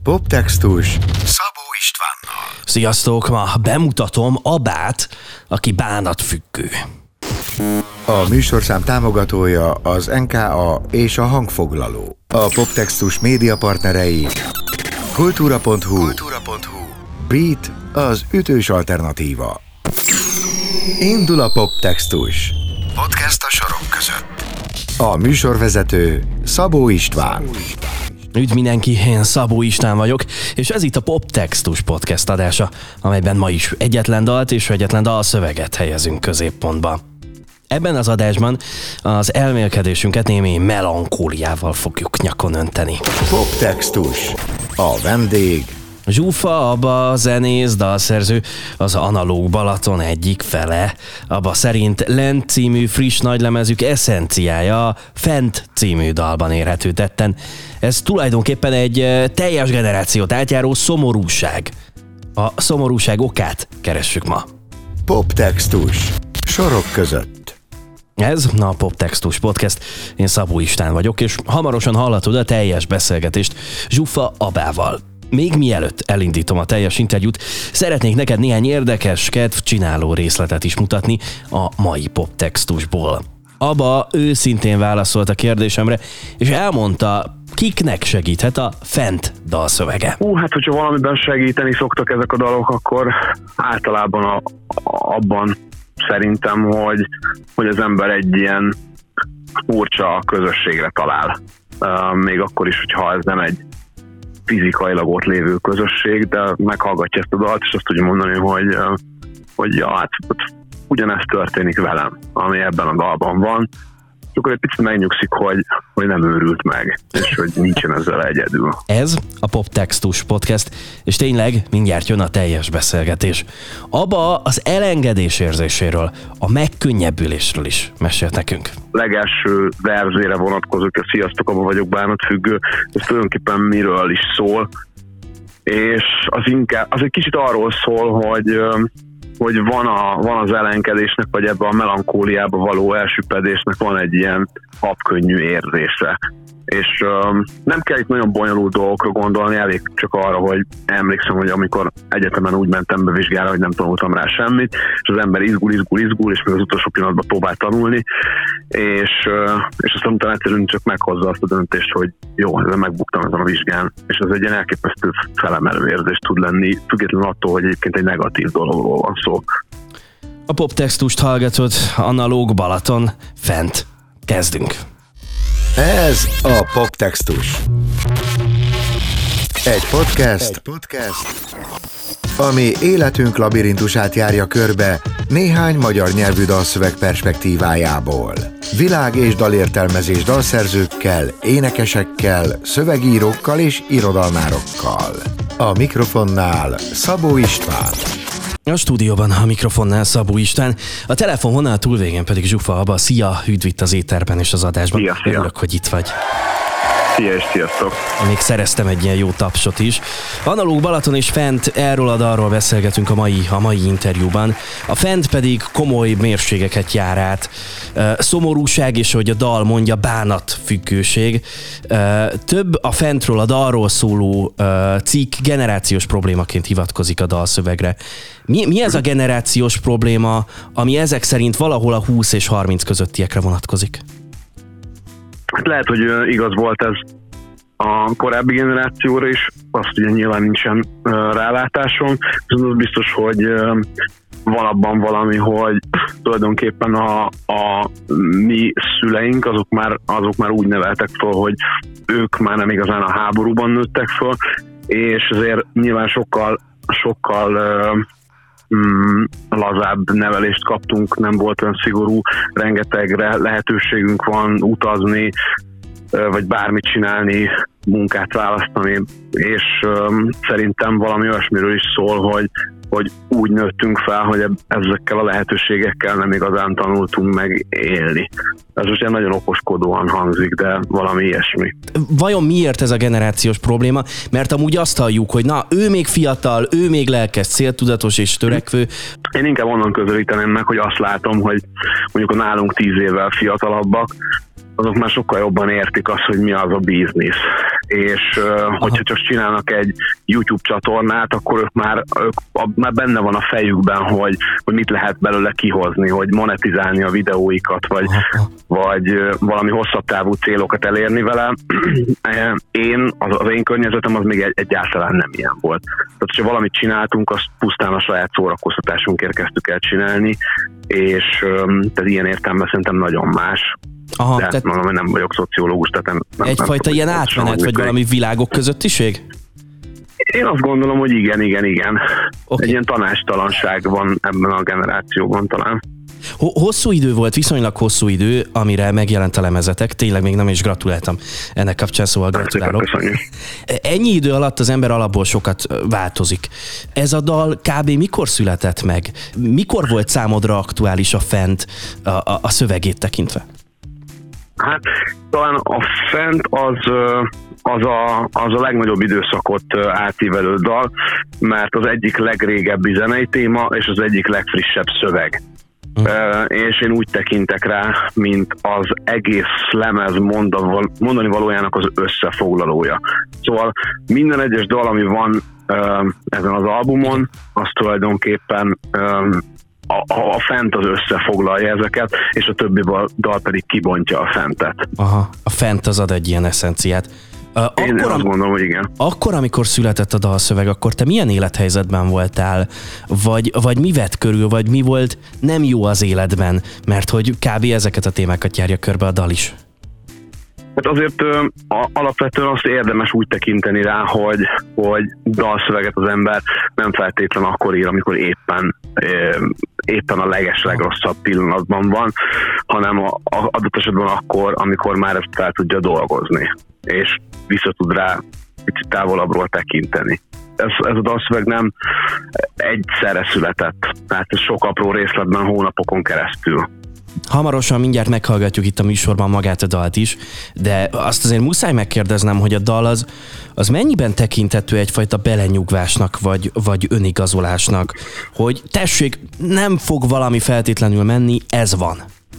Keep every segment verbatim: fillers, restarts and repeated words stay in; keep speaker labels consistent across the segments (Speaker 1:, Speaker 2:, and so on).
Speaker 1: Poptextus Szabó Istvánnal.
Speaker 2: Sziasztok, ma bemutatom Abát, aki bánatfüggő.
Speaker 1: A műsorszám támogatója az en ká á és a Hangfoglaló. A Poptextus médiapartnerei kultúra pont hu, kultúra pont hu. Beat, az ütős alternatíva. Indul a Poptextus. Podcast a sorok között. A műsorvezető Szabó István.
Speaker 2: Üdv mindenki, én Szabó István vagyok, és ez itt a Poptextus podcast adása, amelyben ma is egyetlen dalt és egyetlen dalszöveget helyezünk középpontba. Ebben az adásban az elmélkedésünket némi melankóliával fogjuk nyakon önteni.
Speaker 1: Poptextus. A vendég
Speaker 2: Zsufa Aba, zenész, dalszerző, az Analóg Balaton egyik fele. Aba szerint Lent című friss nagylemezük eszenciája a Fent című dalban érhető tetten. Ez tulajdonképpen egy teljes generációt átjáró szomorúság. A szomorúság okát keressük ma.
Speaker 1: Poptextus. Sorok között.
Speaker 2: Ez a Poptextus podcast. Én Szabó István vagyok, és hamarosan hallhatod a teljes beszélgetést Zsufa Abával. Még mielőtt elindítom a teljes interjút, szeretnék neked néhány érdekes, kedvcsináló részletet is mutatni a mai Poptextusból. Aba őszintén válaszolt a kérdésemre, és elmondta, kiknek segíthet a Fent dalszövege.
Speaker 3: Hú, hát hogyha valamiben segíteni szoktak ezek a dalok, akkor általában a, a, abban szerintem, hogy, hogy az ember egy ilyen furcsa közösségre talál. Uh, még akkor is, hogyha ez nem egy fizikailag ott lévő közösség, de meghallgatja ezt a dalt, és azt tudja mondani, hogy, hogy ja, hát ugyanezt történik velem, ami ebben a dalban van. És akkor egy picit megnyugszik, hogy, hogy nem őrült meg, és hogy nincsen ezzel egyedül.
Speaker 2: Ez a Poptextus podcast, és tényleg mindjárt jön a teljes beszélgetés. Aba az elengedés érzéséről, a megkönnyebbülésről is mesélt nekünk.
Speaker 3: Legelső verzére vonatkozik, a Sziasztok, Aba vagyok, bánatfüggő, ez tulajdonképpen miről is szól, és az, inkább, az egy kicsit arról szól, hogy hogy van, a, van az elengedésnek, vagy ebben a melankóliába való elsüppedésnek van egy ilyen habkönnyű érzése. És um, nem kell itt nagyon bonyolult dolgokra gondolni, elég csak arra, hogy emlékszem, hogy amikor egyetemen úgy mentem be vizsgára, hogy nem tanultam rá semmit, és az ember izgul, izgul, izgul, és még az utolsó pillanatban próbál tanulni, és, uh, és aztán utána egyszerűen csak meghozza azt a döntést, hogy jó, ezzel megbuktam ezen a vizsgán, és ez egy ilyen elképesztő felemelő érzés tud lenni, függetlenül attól, hogy egyébként egy negatív dologról van szó.
Speaker 2: A Poptextust hallgatod, Analóg Balaton, Fent. Kezdünk!
Speaker 1: Ez a Poptextus. Egy podcast, Egy podcast, ami életünk labirintusát járja körbe néhány magyar nyelvű dalszöveg perspektívájából. Világ- és dalértelmezés dalszerzőkkel, énekesekkel, szövegírókkal és irodalmárokkal. A mikrofonnál Szabó István.
Speaker 2: A stúdióban a mikrofonnál Szabó István, a telefonvonal túlvégén pedig Zsufa Aba. Szia, üdv itt az éterben és az adásban.
Speaker 3: Szia, szia.
Speaker 2: Örülök, hogy itt vagy.
Speaker 3: Szia és sziasztok!
Speaker 2: Még szereztem egy ilyen jó tapsot is. Analóg Balaton és Fent, erről a dalról beszélgetünk a mai, a mai interjúban. A Fent pedig komoly mérségeket jár át. Szomorúság és, hogy a dal mondja, bánatfüggőség. Több a Fentről, a dalról szóló cikk generációs problémaként hivatkozik a dalszövegre. Mi, mi ez a generációs probléma, ami ezek szerint valahol a húsz és harminc közöttiekre vonatkozik?
Speaker 3: Lehet, hogy igaz volt ez a korábbi generációra is, azt ugye nyilván nincsen rálátásom, viszont az biztos, hogy van abban valami, hogy tulajdonképpen a, a mi szüleink, azok már, azok már úgy neveltek fel, hogy ők már nem igazán a háborúban nőttek fel, és ezért nyilván sokkal, sokkal Mm, lazább nevelést kaptunk, nem volt olyan szigorú, rengetegre lehetőségünk van utazni, vagy bármit csinálni, munkát választani, és um, szerintem valami olyasmiről is szól, hogy, hogy úgy nőttünk fel, hogy ezekkel a lehetőségekkel nem igazán tanultunk meg élni. Ez most nagyon okoskodóan hangzik, de valami ilyesmi.
Speaker 2: Vajon miért ez a generációs probléma? Mert amúgy azt halljuk, hogy na, ő még fiatal, ő még lelkes, céltudatos és törekvő.
Speaker 3: Én inkább onnan közelíteném meg, hogy azt látom, hogy mondjuk a nálunk tíz évvel fiatalabbak, azok már sokkal jobban értik azt, hogy mi az a biznisz. És uh, hogyha csak csinálnak egy YouTube csatornát, akkor ők már, ők, a, már benne van a fejükben, hogy, hogy mit lehet belőle kihozni, hogy monetizálni a videóikat, vagy, vagy uh, valami hosszabb távú célokat elérni vele. Én, az, az én környezetem az még egy, egyáltalán nem ilyen volt. Tehát, hogyha valamit csináltunk, azt pusztán a saját szórakoztatásunkért kezdtük el csinálni, és um, tehát ilyen értelemben szerintem nagyon más.
Speaker 2: Aha,
Speaker 3: de
Speaker 2: tehát
Speaker 3: mondom, hogy nem vagyok szociológus, tehát nem, nem
Speaker 2: egyfajta
Speaker 3: nem
Speaker 2: ilyen átmenet, vagy valami világok közöttiség?
Speaker 3: Én azt gondolom, hogy igen, igen, igen.
Speaker 2: Okay.
Speaker 3: Egy ilyen tanástalanság van ebben a generációban talán.
Speaker 2: Hosszú idő volt, viszonylag hosszú idő, amire megjelent a lemezetek, tényleg még nem is gratuláltam ennek kapcsán, szóval gratulálok. Ennyi idő alatt az ember alapból sokat változik. Ez a dal kb. Mikor született meg? Mikor volt számodra aktuális a Fent a, a, a szövegét tekintve?
Speaker 3: Hát talán a Fent az, az, a, az a legnagyobb időszakot átívelő dal, mert az egyik legrégebbi zenei téma, és az egyik legfrissebb szöveg. Mm. Uh, és én úgy tekintek rá, mint az egész lemez mondani valójának az összefoglalója. Szóval minden egyes dal, ami van uh, ezen az albumon, az tulajdonképpen um, a, a Fent az összefoglalja ezeket, és a többi dal pedig kibontja a Fentet.
Speaker 2: Aha, a Fent az ad egy ilyen eszenciát. Uh,
Speaker 3: Én
Speaker 2: akkor,
Speaker 3: azt gondolom, hogy igen.
Speaker 2: Akkor, amikor született a dalszöveg, akkor te milyen élethelyzetben voltál? Vagy, vagy mi vett körül, vagy mi volt nem jó az életben? Mert hogy kb. Ezeket a témákat járja körbe a dal is.
Speaker 3: Hát azért ö, a, alapvetően azt érdemes úgy tekinteni rá, hogy, hogy dalszöveget az ember nem feltétlen akkor ír, amikor éppen, ö, éppen a legeslegrosszabb pillanatban van, hanem a, a, adott esetben akkor, amikor már ezt fel tudja dolgozni, és vissza tud rá picit távolabbról tekinteni. Ez, ez a dalszöveg nem egyszerre született, tehát ez sok apró részletben hónapokon keresztül.
Speaker 2: Hamarosan mindjárt meghallgatjuk itt a műsorban magát a dalt is, de azt azért muszáj megkérdeznem, hogy a dal az, az mennyiben tekinthető egyfajta belenyugvásnak, vagy, vagy önigazolásnak, hogy tessék, nem fog valami feltétlenül menni, ez van.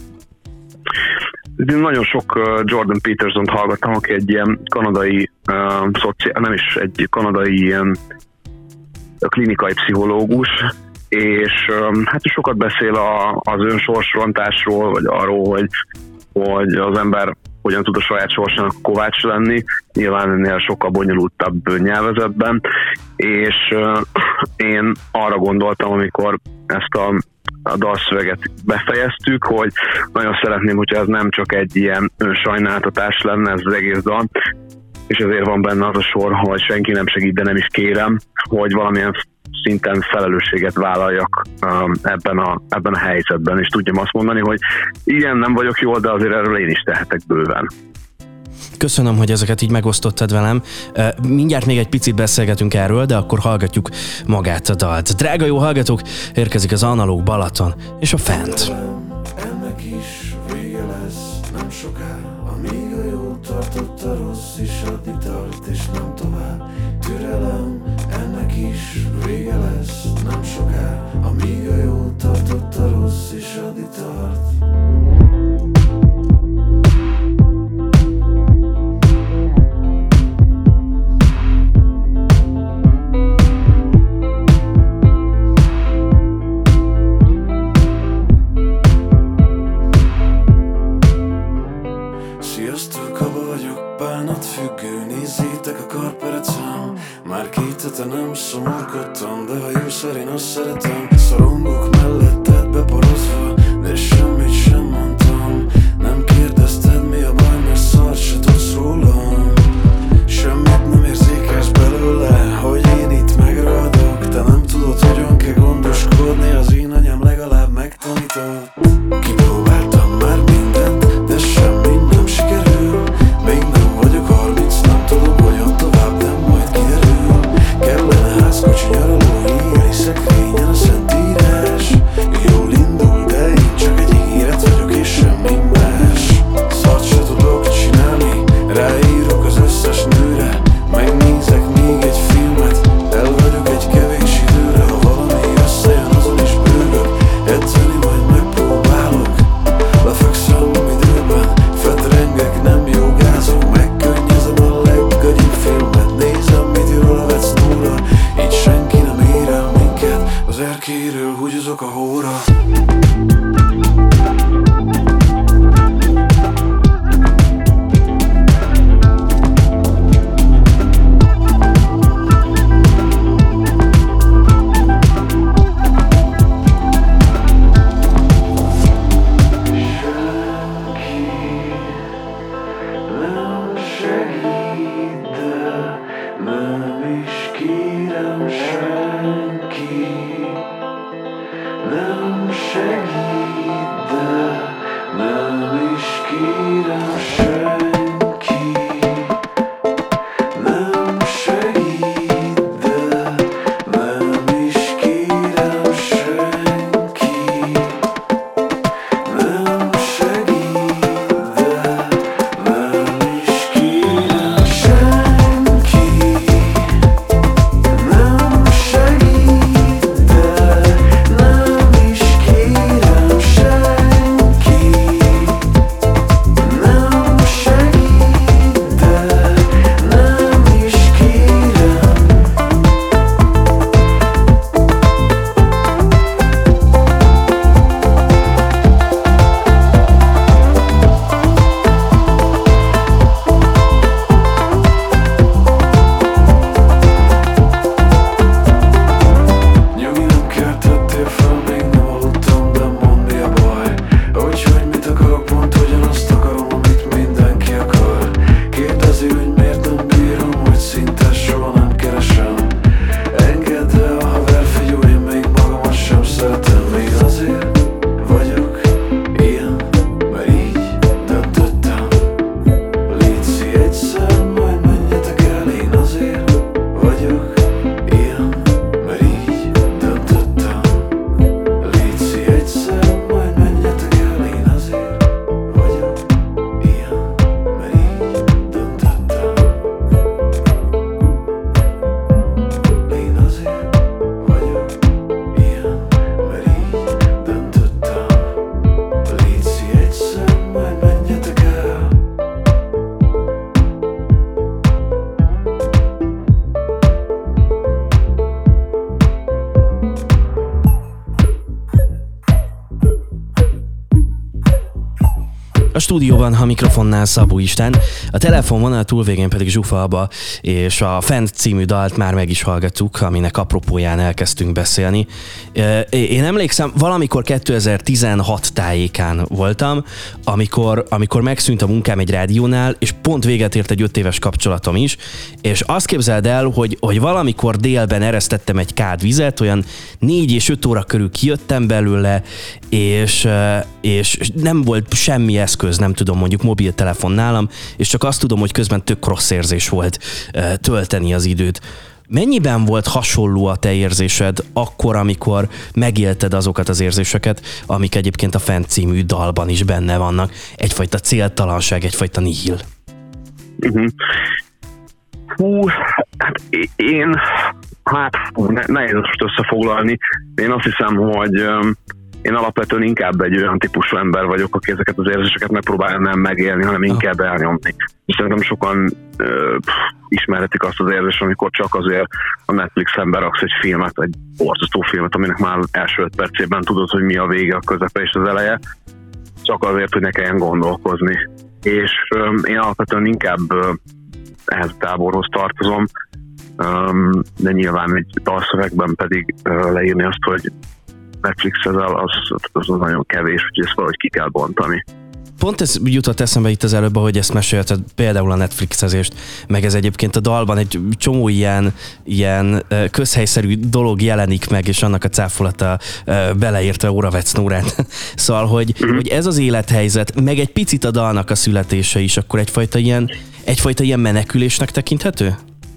Speaker 3: Én nagyon sok Jordan Petersont hallgattam, aki egy ilyen kanadai, uh, szociál, nem is egy kanadai ilyen klinikai pszichológus, és um, hát sokat beszél a, az önsorsrontásról, vagy arról, hogy, hogy az ember hogyan tud a saját sorsának kovács lenni, nyilván ennél sokkal bonyolultabb nyelvezetben, és uh, én arra gondoltam, amikor ezt a a dalszöveget befejeztük, hogy nagyon szeretném, hogyha ez nem csak egy ilyen önsajnáltatás lenne ez az egész dal, és ezért van benne az a sor, hogy senki nem segít, de nem is kérem, hogy valamilyen szinten felelősséget vállaljak um, ebben, a, ebben a helyzetben, és tudjam azt mondani, hogy igen, nem vagyok jól, de azért erről én is tehetek bőven.
Speaker 2: Köszönöm, hogy ezeket így megosztottad velem. Mindjárt még egy picit beszélgetünk erről, de akkor hallgatjuk magát a dalt. Drága jó hallgatók, érkezik az Analóg Balaton és a Fent.
Speaker 4: Ennek is vége lesz, nem soká, amíg a jó tartott a rossz is adni tart, és nem tovább. Türelem, ennek is vége lesz, nem soká, amíg a jó tartott a rossz is adni tart. Nem szomorkodtam, de ha jó szerint azt szeretem. Szorongok melletted beporozva, de semmit sem mondtam. Nem kérdezted mi a baj, mert szart se tudsz rólam. Semmit nem érzékelsz belőle, hogy én itt megragadok. Te nem tudod, hogyan kell gondoskodni, az én anyám legalább megtanított. Kipróbáltam már mindent, de semmi nem sikerül. Még nem vagyok harminc, nem tudom, hogyan tovább, de majd kiderül. Kellene házkocsi, nyaraló, éjjeli szekrényen a szentírás. Jól indul, de én csak egy Nem is kérem senki, nem segít, de nem is kérem senki, nem segít, de nem is kérem senki, nem segít, de nem is kérem senki, nem segít, de nem is kérem senki, nem segít, de nem is kérem. Nyugi, nem keltettél fel, még nem aludtam, de mondd, mi a baj. Úgyhogy mit akarok, pont ugyanazt akarom, amit mindenki akar. Kérdezi, hogy miért nem bírom, hogy szinte soha nem keresem. Engedd el a haver, figyú, én még magamat sem szeretem. Én azért vagyok ilyen, mert így döntöttem. Léci egyszer, majd menjetek el. Én azért vagyok ilyen, mert így döntöttem. Léci egyszer, majd menjetek el. Én azért vagyok ilyen, mert így döntöttem. Én azért vagyok ilyen, mert így döntöttem. Léci egyszer, majd menjetek el.
Speaker 2: A stúdióban a mikrofonnál Szabó István, a telefonvonal túlvégén pedig Zsufa Abba, és a Fent című dalt már meg is hallgattuk, aminek apropóján elkezdtünk beszélni. Én emlékszem, valamikor kétezer-tizenhat tájékán voltam, amikor, amikor megszűnt a munkám egy rádiónál, és pont véget ért egy öt éves kapcsolatom is, és azt képzeld el, hogy, hogy valamikor délben eresztettem egy kád vizet, olyan négy és öt óra körül kijöttem belőle, és, és nem volt semmi eszköz, nem tudom, mondjuk mobiltelefon nálam, és csak azt tudom, hogy közben tök rossz érzés volt tölteni az időt. Mennyiben volt hasonló a te érzésed akkor, amikor megélted azokat az érzéseket, amik egyébként a Fent című dalban is benne vannak? Egyfajta céltalanság, egyfajta nihil.
Speaker 3: Uh-huh. Hú, hát én, hát hú, ne, nehéz most összefoglalni. Én azt hiszem, hogy um, én alapvetően inkább egy olyan típusú ember vagyok, aki ezeket az érzéseket megpróbálja nem megélni, hanem inkább elnyomni. És szerintem sokan uh, pff, ismerhetik azt az érzést, amikor csak azért a Netflixen beraksz egy filmet, egy borzasztó filmet, aminek már első öt percében tudod, hogy mi a vége, a közepe és az eleje, csak azért, hogy ne kelljen gondolkozni. És um, én alapvetően inkább uh, ehhez a táborhoz tartozom, um, de nyilván egy dalszövegben pedig uh, leírni azt, hogy Netflixezel, az, az nagyon kevés, úgyhogy ezt valahogy ki kell bontani.
Speaker 2: Pont ez jutott eszembe itt az előbb, hogy ezt mesélted, például a Netflixezést, meg ez egyébként a dalban egy csomó ilyen, ilyen közhelyszerű dolog jelenik meg, és annak a cáfolata beleértve Oravec Nórát. Szóval, hogy, mm-hmm. hogy ez az élethelyzet, meg egy picit a dalnak a születése is, akkor egyfajta ilyen, egyfajta ilyen menekülésnek tekinthető?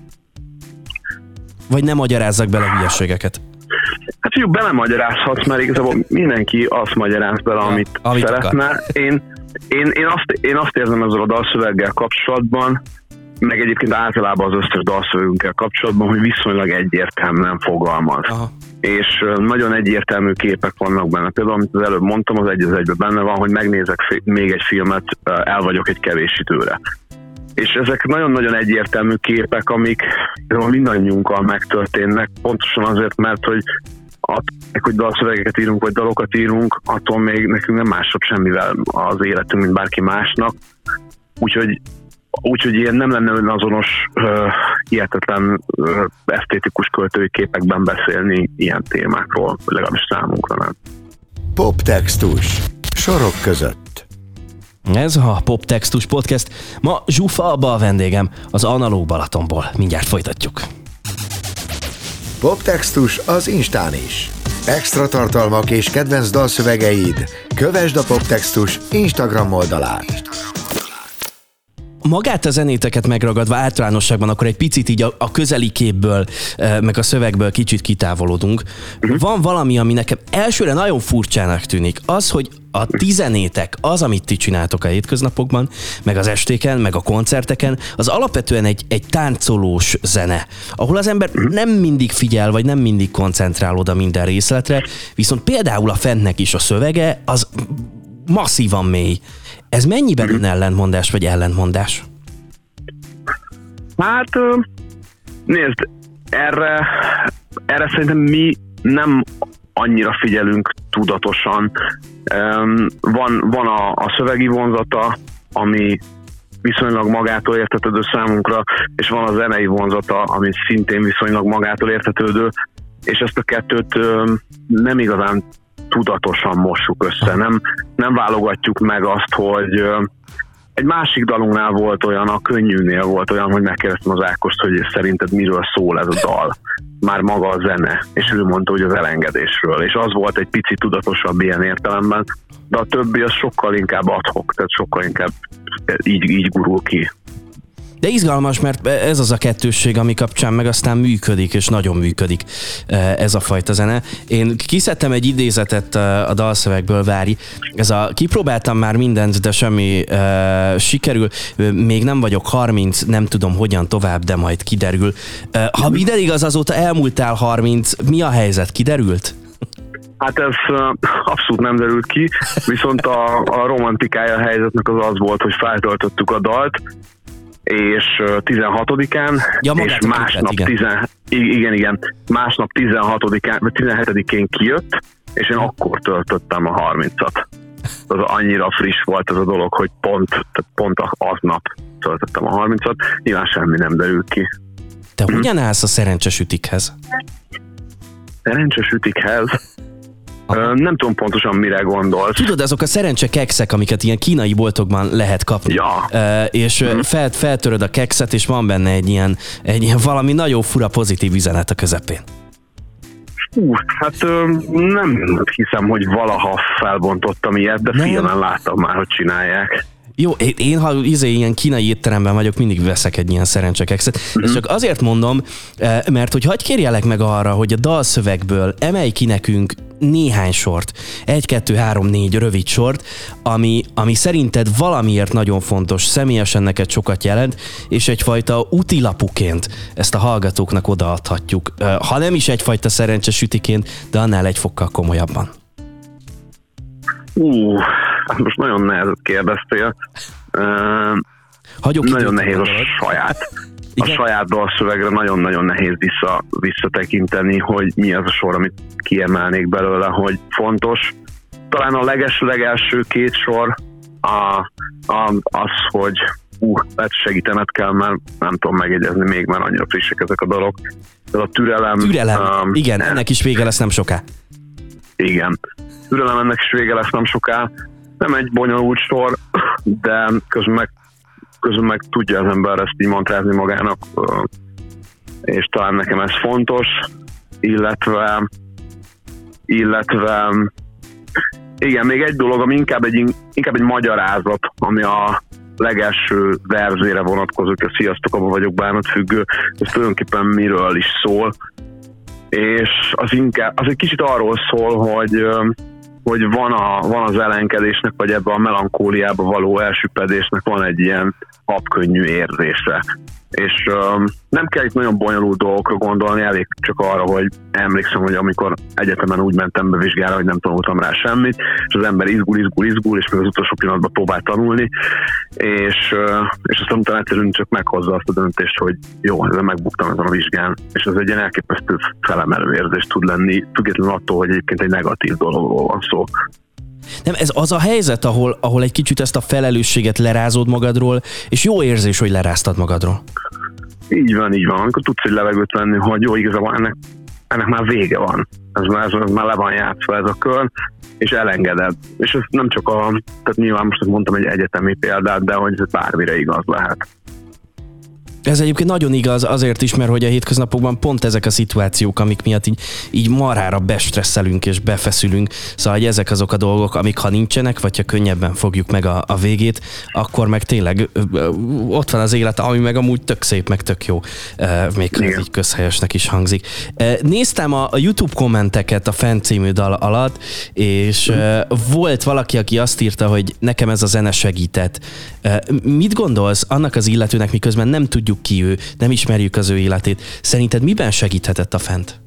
Speaker 2: Vagy nem magyarázzak bele hülyeségeket?
Speaker 3: Hát jó, belemagyarázhatsz, mert igazából mindenki azt magyaráz bele, amit, amit szeretne. Én, én, én, azt, én azt érzem ezzel a dalszöveggel kapcsolatban, meg egyébként általában az összes dalszövegünkkel kapcsolatban, hogy viszonylag egyértelműen fogalmaz. Aha. És nagyon egyértelmű képek vannak benne. Például, amit az előbb mondtam, az egy az egyben benne van, hogy megnézek még egy filmet, el vagyok egy kevés időre. És ezek nagyon-nagyon egyértelmű képek, amik mindannyiunkkal megtörténnek, pontosan azért, mert hogy attól, hogy dalszövegeket írunk, vagy dalokat írunk, attól még nekünk nem másabb semmivel az életünk, mint bárki másnak. Úgyhogy, úgyhogy ilyen nem lenne önazonos, uh, hihetetlen uh, esztétikus költői képekben beszélni ilyen témákról, legalábbis számunkra nem.
Speaker 1: Poptextus. Sorok között.
Speaker 2: Ez a Poptextus Podcast. Ma Zsufa Abba a vendégem, az Analóg Balatonból. Mindjárt folytatjuk.
Speaker 1: Poptextus az Instán is. Extra tartalmak és kedvenc dalszövegeid. Kövesd a Poptextus Instagram oldalát.
Speaker 2: Magát a zenéteket megragadva általánosságban akkor egy picit így a, a közeli képből, meg a szövegből kicsit kitávolodunk. Uh-huh. Van valami, ami nekem elsőre nagyon furcsának tűnik. Az, hogy a ti zenétek, az, amit ti csináltok a hétköznapokban, meg az estéken, meg a koncerteken, az alapvetően egy, egy táncolós zene, ahol az ember nem mindig figyel, vagy nem mindig koncentrál oda minden részletre, viszont például a Fentnek is a szövege, az masszívan mély. Ez mennyiben mm. ellentmondás, vagy ellentmondás?
Speaker 3: Hát, nézd, erre, erre szerintem mi nem annyira figyelünk tudatosan. Van, van a, a szövegi vonzata, ami viszonylag magától értetődő számunkra, és van a zenei vonzata, ami szintén viszonylag magától értetődő, és ezt a kettőt nem igazán tudatosan mossuk össze. Nem, nem válogatjuk meg azt, hogy egy másik dalunknál volt olyan, a Könnyűnél volt olyan, hogy megkérdeztem az Ákost, hogy szerinted miről szól ez a dal. Már maga a zene, és ő mondta, hogy az elengedésről. És az volt egy picit tudatosabb ilyen értelemben, de a többi az sokkal inkább ad-hoc, tehát sokkal inkább így, így gurul ki.
Speaker 2: De izgalmas, mert ez az a kettősség, ami kapcsán meg aztán működik, és nagyon működik ez a fajta zene. Én kiszedtem egy idézetet a dalszövegből, Vári. Ez a kipróbáltam már mindent, de semmi uh, sikerül. Még nem vagyok harminc, nem tudom hogyan tovább, de majd kiderül. Uh, ha minden igaz, azóta elmúltál harminc, mi a helyzet? Kiderült?
Speaker 3: Hát ez uh, abszolút nem derült ki, viszont a, a romantikája a helyzetnek az az volt, hogy feltöltöttük a dalt, és tizenhatodikán,
Speaker 2: ja,
Speaker 3: és másnap, igen. Tizen, igen, igen, másnap tizenhatodikán, vagy tizenhetedikén kijött, és én akkor töltöttem a harmincat. Az annyira friss volt ez a dolog, hogy pont, tehát pont aznap töltöttem a harmincat, nyilván semmi nem derült ki.
Speaker 2: Te hm. hogyan állsz a szerencsesütikhez?
Speaker 3: Szerencsesütikhez? Aha. Nem tudom pontosan, mire gondolsz.
Speaker 2: Tudod, azok a szerencse kekszek, amiket ilyen kínai boltokban lehet kapni.
Speaker 3: Ja.
Speaker 2: És hmm. fel, feltöröd a kekszet, és van benne egy ilyen, egy ilyen valami nagyon fura pozitív üzenet a közepén.
Speaker 3: Hú, hát nem hiszem, hogy valaha felbontottam ilyet, de filmen láttam már, hogy csinálják.
Speaker 2: Jó, én ha izé, ilyen kínai étteremben vagyok, mindig veszek egy ilyen szerencsekekszet. Mm-hmm. Ezt csak azért mondom, mert hogy hadd kérjelek meg arra, hogy a dalszövegből emelj ki nekünk néhány sort, egy, kettő, három, négy rövid sort, ami, ami szerinted valamiért nagyon fontos, személyesen neked sokat jelent, és egyfajta útilapuként ezt a hallgatóknak odaadhatjuk. Ha nem is egyfajta szerencsesütiként, de annál egy fokkal komolyabban.
Speaker 3: Uh, most nagyon nehezet kérdeztél. Uh,
Speaker 2: Hagyok
Speaker 3: nagyon nehéz a saját. Igen? A saját dalszövegre nagyon-nagyon nehéz vissza, visszatekinteni, hogy mi az a sor, amit kiemelnék belőle, hogy fontos. Talán a leges-legelső két sor a, a, az, hogy uh, lehet segítened kell, mert nem tudom megjegyezni még, mert annyira frissek ezek a dolog. Ez a türelem.
Speaker 2: Türelem, um, igen, ennek is vége lesz nem soká.
Speaker 3: Igen. Türelem, ennek is vége lesz nem soká. Nem egy bonyolult sor, de közben meg, közben meg tudja az ember ezt így mantrázni magának, és talán nekem ez fontos, illetve illetve igen, még egy dolog, ami inkább egy, inkább egy magyarázat, ami a legelső verzére vonatkozik, a Sziasztok, abban vagyok bánatfüggő, ez tulajdonképpen miről is szól, és az, inkább, az egy kicsit arról szól, hogy hogy van, a, van az ellenkedésnek, vagy ebbe a melankóliába való elsüppedésnek van egy ilyen habkönnyű érzése. És um, nem kell itt nagyon bonyolult dolgokra gondolni, elég csak arra, hogy emlékszem, hogy amikor egyetemen úgy mentem be vizsgára, hogy nem tanultam rá semmit, és az ember izgul, izgul, izgul, és még az utolsó pillanatban próbál tanulni, és, uh, és aztán utána egyszerűen csak meghozza azt a döntést, hogy jó, ezzel megbuktam ezen a vizsgán, és ez egy ilyen elképesztő felemelő érzés tud lenni, függetlenül attól, hogy egyébként egy negatív dologról van szó.
Speaker 2: Nem, ez az a helyzet, ahol, ahol egy kicsit ezt a felelősséget lerázod magadról, és jó érzés, hogy leráztad magadról.
Speaker 3: Így van, így van. Amikor tudsz egy levegőt venni, hogy jó, igazából ennek, ennek már vége van. Ez már, ez már le van játszva ez a kör, és elengeded. És ez nem csak a, tehát nyilván most mondtam egy egyetemi példát, de hogy ez bármire igaz lehet.
Speaker 2: Ez egyébként nagyon igaz azért is, mert hogy a hétköznapokban pont ezek a szituációk, amik miatt így, így marhára bestresszelünk és befeszülünk. Szóval, hogy ezek azok a dolgok, amik ha nincsenek, vagy ha könnyebben fogjuk meg a, a végét, akkor meg tényleg ott van az élet, ami meg amúgy tök szép, meg tök jó. Még ha ez így közhelyesnek is hangzik. Néztem a, a YouTube kommenteket a Fent című dal alatt, és volt valaki, aki azt írta, hogy nekem ez a zene segített. Mit gondolsz annak az illetőnek, miközben nem tudjuk ki ő, nem ismerjük az ő életét. Szerinted miben segíthetett a Fent?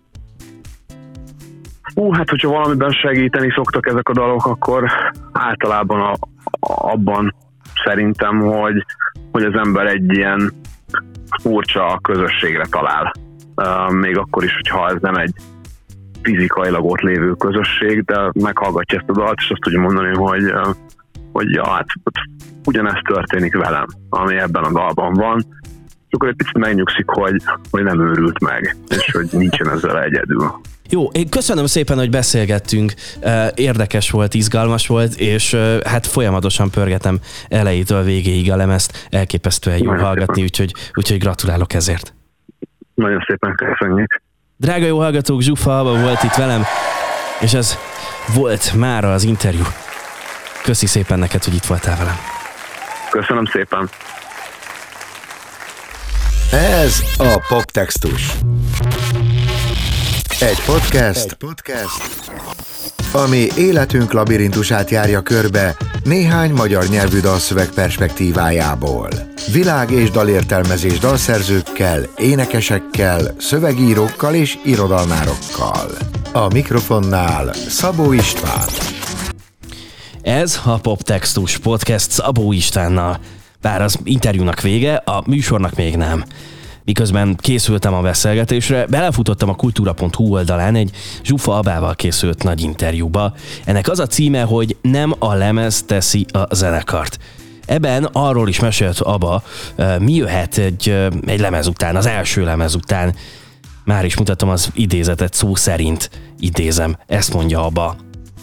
Speaker 3: Hú, hát hogyha valamiben segíteni szoktak ezek a dalok, akkor általában a, a, abban szerintem, hogy, hogy az ember egy ilyen furcsa közösségre talál. Uh, még akkor is, hogyha ez nem egy fizikailag ott lévő közösség, de meghallgatja ezt a dalt, és azt tudja mondani, hogy, uh, hogy ja, hát ugyanezt történik velem, ami ebben a dalban van, és akkor egy picit megnyugszik, hogy, hogy nem őrült meg, és hogy nincsen ezzel egyedül.
Speaker 2: Jó, én köszönöm szépen, hogy beszélgettünk, érdekes volt, izgalmas volt, és hát folyamatosan pörgetem elejétől végéig a lemezt, elképesztően jó hallgatni, úgyhogy, úgyhogy gratulálok ezért.
Speaker 3: Nagyon szépen köszönjük.
Speaker 2: Drága jó hallgatók, Zsufa Alba volt itt velem, és ez volt mára az interjú. Köszi szépen neked, hogy itt voltál velem.
Speaker 3: Köszönöm szépen.
Speaker 1: Ez a Poptextus. Egy podcast, Egy podcast, ami életünk labirintusát járja körbe néhány magyar nyelvű dalszöveg perspektívájából. Világ- és dalértelmezés dalszerzőkkel, énekesekkel, szövegírókkal és irodalmárokkal. A mikrofonnál Szabó István.
Speaker 2: Ez a Poptextus podcast Szabó Istvánnal. Bár az interjúnak vége, a műsornak még nem. Miközben készültem a beszélgetésre, belefutottam a kultúra pont hu oldalán egy Zsufa Abával készült nagy interjúba. Ennek az a címe, hogy nem a lemez teszi a zenekart. Ebben arról is mesélt Aba, mi jöhet egy, egy lemez után, az első lemez után. Már is mutatom az idézetet szó szerint, idézem, ezt mondja Aba.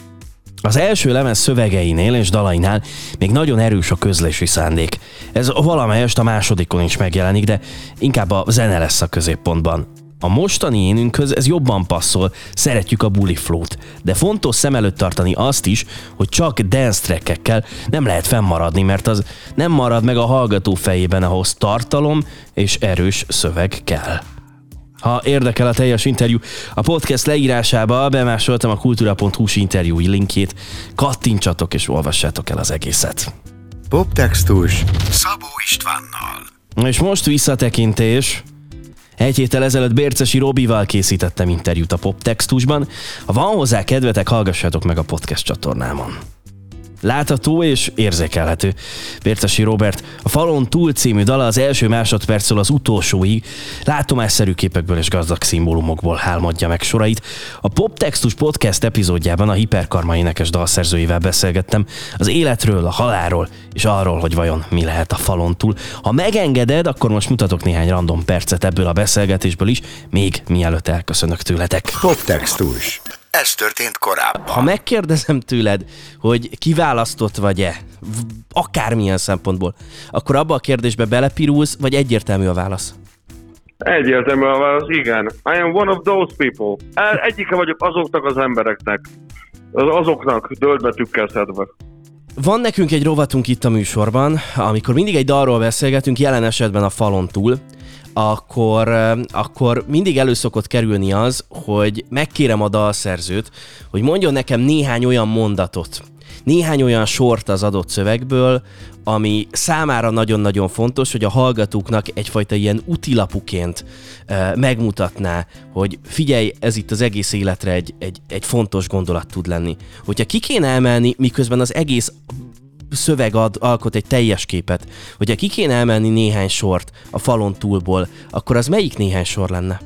Speaker 2: Az első lemez szövegeinél és dalainál még nagyon erős a közlési szándék. Ez valamelyest a másodikon is megjelenik, de inkább a zene lesz a középpontban. A mostani énünkhöz ez jobban passzol, szeretjük a buli flót, de fontos szem előtt tartani azt is, hogy csak dance trackekkel nem lehet fennmaradni, mert az nem marad meg a hallgató fejében, ahhoz tartalom és erős szöveg kell. Ha érdekel a teljes interjú, a podcast leírásába bemásoltam a kultúra pont hu-s interjúi linkjét, kattintsatok és olvassátok el az egészet.
Speaker 1: Poptextus Szabó Istvánnal.
Speaker 2: És most visszatekintés. Egy héttel ezelőtt Bércesi Robival készítettem interjút a Poptextusban. Ha van hozzá kedvetek, hallgassátok meg a podcast csatornámon. Látható és érzékelhető. Bércesi Robert a Falon túl című dala az első másodperctől az utolsóig látomásszerű képekből és gazdag szimbólumokból álmodja meg sorait. A Poptextus podcast epizódjában a Hiperkarma énekes dalszerzőivel beszélgettem az életről, a halálról és arról, hogy vajon mi lehet a falon túl. Ha megengeded, akkor most mutatok néhány random percet ebből a beszélgetésből is, még mielőtt elköszönök tőletek.
Speaker 1: Poptextus. Ez történt korábban.
Speaker 2: Ha megkérdezem tőled, hogy kiválasztott vagy-e, akármilyen szempontból, akkor abba a kérdésbe belepirulsz, vagy egyértelmű a válasz?
Speaker 5: Egyértelmű a válasz, igen. I am one of those people. Egyike vagyok azoknak az embereknek. Azoknak döldbetűkkel szedve.
Speaker 2: Van nekünk egy rovatunk itt a műsorban, amikor mindig egy dalról beszélgetünk, jelen esetben a Falon túl, akkor, akkor mindig elő szokott kerülni az, hogy megkérem a dalszerzőt, hogy mondjon nekem néhány olyan mondatot, néhány olyan sort az adott szövegből, ami számára nagyon-nagyon fontos, hogy a hallgatóknak egyfajta ilyen útilapuként e, megmutatná, hogy figyelj, ez itt az egész életre egy, egy, egy fontos gondolat tud lenni. Hogyha ki kéne emelni, miközben az egész szöveg ad, alkot egy teljes képet, hogyha ki kéne emelni néhány sort a Falon túlból, akkor az melyik néhány sor lenne?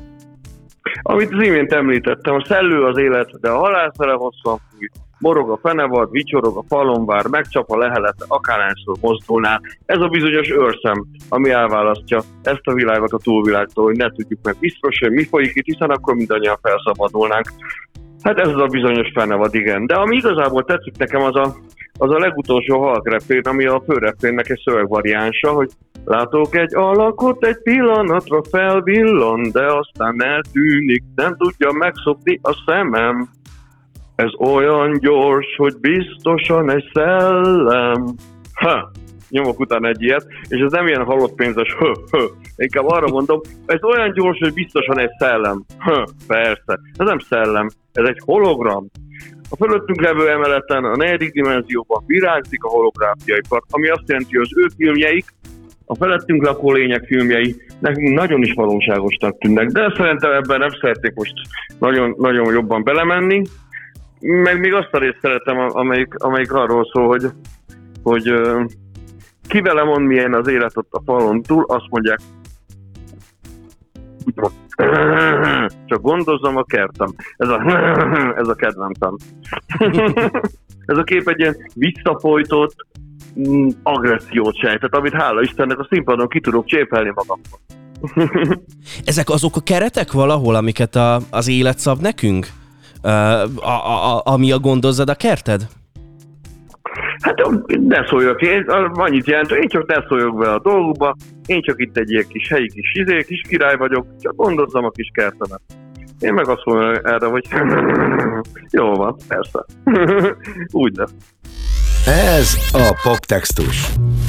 Speaker 5: Amit az imént említettem, a szellő az élet, de a halálszele hosszan fúj, morog a fenevad, vicsorog a falonvár, megcsap a lehelete, akárhányszor mozdulnál. Ez a bizonyos őrszem, ami elválasztja ezt a világot a túlvilágtól, hogy ne tudjuk meg biztos, hogy mi folyik itt, hiszen akkor mindannyian felszabadulnánk. Hát ez az a bizonyos fenevad, igen. De ami igazából tetszik nekem, az a, az a legutolsó halkrepén, ami a főrepénnek egy szövegvariánsa, hogy Látok egy alakot, egy pillanatra felvillan, de aztán eltűnik, nem tudja megszokni a szemem. Ez olyan gyors, hogy biztosan egy szellem. Ha, nyomok utána egy ilyet, és ez nem ilyen halott pénzes, hö, hö. Inkább arra mondom, ez olyan gyors, hogy biztosan egy szellem. Hö, persze, ez nem szellem, ez egy hologram. A fölöttünk levő emeleten, a negyedik dimenzióban virágzik a holográfiaipar, ami azt jelenti, hogy az ő filmjeik, a felettünk lakó lények filmjei nekünk nagyon is valóságosnak tűnnek, de szerintem ebben nem szeretnék most nagyon, nagyon jobban belemenni. Meg még azt a részt szeretem, amelyik, amelyik arról szól, hogy, hogy ki vele mond, milyen az élet ott a falon túl, azt mondják, csak gondozzam a kertem. Ez a, ez a kedvencem. Ez a kép egy ilyen visszafolytott agressziót sejtett, amit hála Istennek a színpadon ki tudok csépelni magamban.
Speaker 2: Ezek azok a keretek valahol, amiket a, az élet szab nekünk? Uh, a, a, ami a gondozzad a kerted?
Speaker 5: Hát ne szóljak, én annyit jelent, én csak ne szóljak be a dolgokba, én csak itt egy ilyen kis helyi kis izé, kis király vagyok, csak gondozzam a kis kertemet. Én meg azt mondom erre, hogy jó van, persze. Úgy lesz.
Speaker 1: Ez a Poptextus.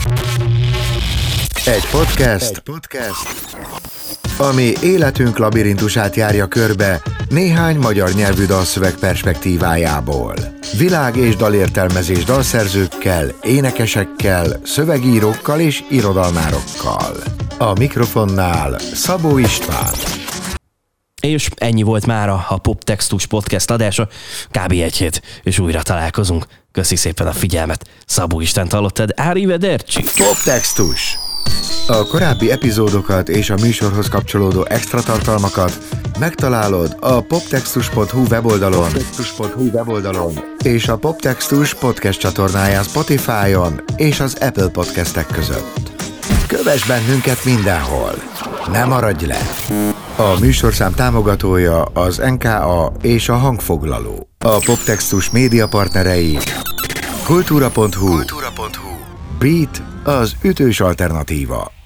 Speaker 1: Egy podcast, egy podcast, ami életünk labirintusát járja körbe néhány magyar nyelvű dalszöveg perspektívájából. Világ- és dalértelmezés dalszerzőkkel, énekesekkel, szövegírókkal és irodalmárokkal. A mikrofonnál Szabó István.
Speaker 2: És ennyi volt mára a Poptextus podcast adása. Kb. egy hét, és újra találkozunk. Köszi szépen a figyelmet. Szabó Istvent hallottad. Arrivederci.
Speaker 1: Poptextus. A korábbi epizódokat és a műsorhoz kapcsolódó extra tartalmakat megtalálod a poptextus pont hu weboldalon, poptextus pont hu weboldalon és a Poptextus podcast csatornáján Spotify-on és az Apple podcastek között. Kövess bennünket mindenhol! Ne maradj le! A műsorszám támogatója az en ká á és a Hangfoglaló. A Poptextus média partnerei kultúra pont hu, Beat az ütős alternatíva.